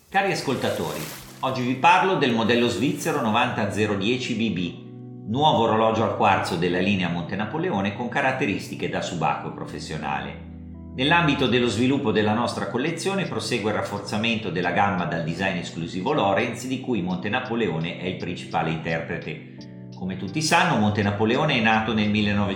Cari ascoltatori, oggi vi parlo del modello svizzero 90010 BB, nuovo orologio al quarzo della linea Monte Napoleone con caratteristiche da subacqueo professionale. Nell'ambito dello sviluppo della nostra collezione prosegue il rafforzamento della gamma dal design esclusivo Lorentz, di cui Monte Napoleone è il principale interprete. Come tutti sanno, Monte Napoleone è nato nel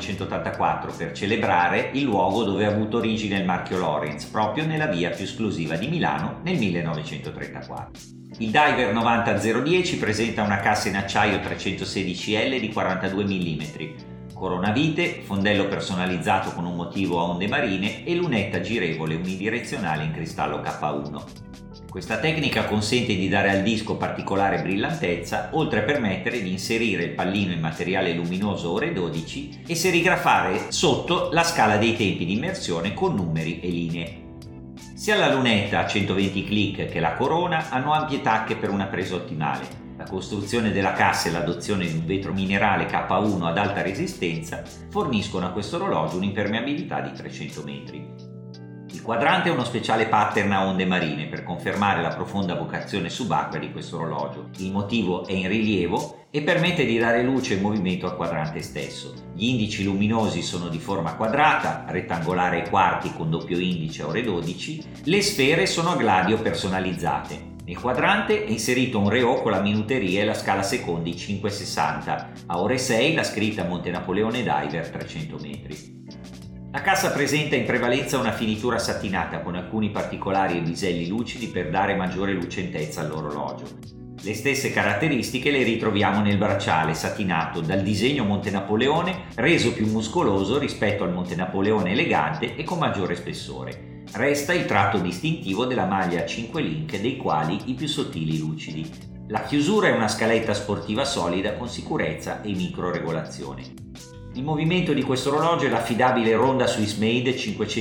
1984 per celebrare il luogo dove ha avuto origine il marchio Lorentz, proprio nella via più esclusiva di Milano nel 1934. Il Diver 90010 presenta una cassa in acciaio 316L di 42 mm, coronavite, fondello personalizzato con un motivo a onde marine e lunetta girevole unidirezionale in cristallo K1. Questa tecnica consente di dare al disco particolare brillantezza, oltre a permettere di inserire il pallino in materiale luminoso ore 12 e serigrafare sotto la scala dei tempi di immersione con numeri e linee. Sia la lunetta a 120 clic che la corona hanno ampie tacche per una presa ottimale. La costruzione della cassa e l'adozione di un vetro minerale K1 ad alta resistenza forniscono a questo orologio un'impermeabilità di 300 metri. Il quadrante è uno speciale pattern a onde marine per confermare la profonda vocazione subacquea di questo orologio. Il motivo è in rilievo e permette di dare luce e movimento al quadrante stesso. Gli indici luminosi sono di forma quadrata, rettangolare ai quarti con doppio indice a ore 12. Le sfere sono a gladio personalizzate. Nel quadrante è inserito un reò con la minuteria e la scala secondi 560. A ore 6 la scritta Monte Napoleone Diver 300 metri. La cassa presenta in prevalenza una finitura satinata con alcuni particolari e biselli lucidi per dare maggiore lucentezza all'orologio. Le stesse caratteristiche le ritroviamo nel bracciale satinato dal disegno Monte Napoleone, reso più muscoloso rispetto al Monte Napoleone elegante e con maggiore spessore. Resta il tratto distintivo della maglia a 5 link, dei quali i più sottili lucidi. La chiusura è una scaletta sportiva solida con sicurezza e microregolazione. Il movimento di questo orologio è l'affidabile Ronda Swiss Made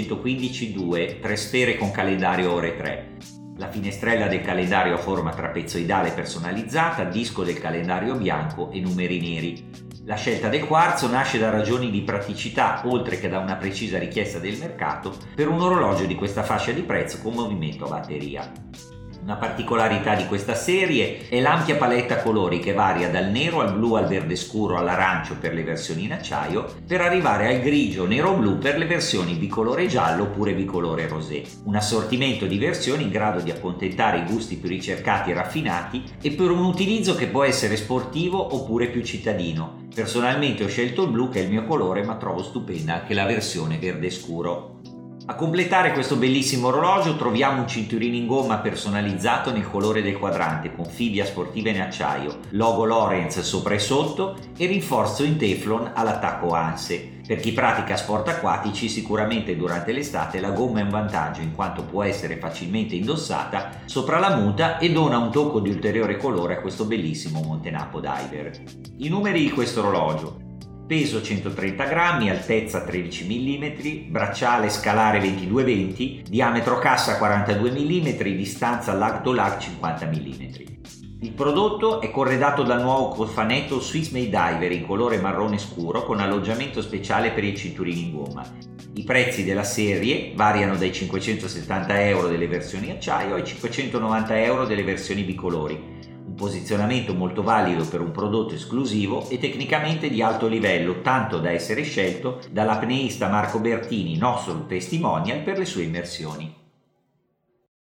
515-2, 3 sfere con calendario ore 3. La finestrella del calendario a forma trapezoidale personalizzata, disco del calendario bianco e numeri neri. La scelta del quarzo nasce da ragioni di praticità, oltre che da una precisa richiesta del mercato per un orologio di questa fascia di prezzo con movimento a batteria. Una particolarità di questa serie è l'ampia paletta colori che varia dal nero al blu al verde scuro all'arancio per le versioni in acciaio, per arrivare al grigio nero-blu per le versioni bicolore giallo oppure bicolore rosé. Un assortimento di versioni in grado di accontentare i gusti più ricercati e raffinati e per un utilizzo che può essere sportivo oppure più cittadino. Personalmente ho scelto il blu, che è il mio colore, ma trovo stupenda anche la versione verde scuro. A completare questo bellissimo orologio troviamo un cinturino in gomma personalizzato nel colore del quadrante con fibbia sportiva in acciaio, logo Lorentz sopra e sotto e rinforzo in teflon all'attacco ANSE. Per chi pratica sport acquatici sicuramente durante l'estate la gomma è un vantaggio, in quanto può essere facilmente indossata sopra la muta e dona un tocco di ulteriore colore a questo bellissimo Monte Napo Diver. I numeri di questo orologio: peso 130 grammi, altezza 13 mm, bracciale scalare 22-20, diametro cassa 42 mm, distanza lag-to-lag 50 mm. Il prodotto è corredato dal nuovo cofanetto Swiss Made Diver in colore marrone scuro con alloggiamento speciale per i cinturini in gomma. I prezzi della serie variano dai 570 euro delle versioni acciaio ai 590 euro delle versioni bicolori. Un posizionamento molto valido per un prodotto esclusivo e tecnicamente di alto livello, tanto da essere scelto dall'apneista Marco Bertini, nostro testimonial per le sue immersioni.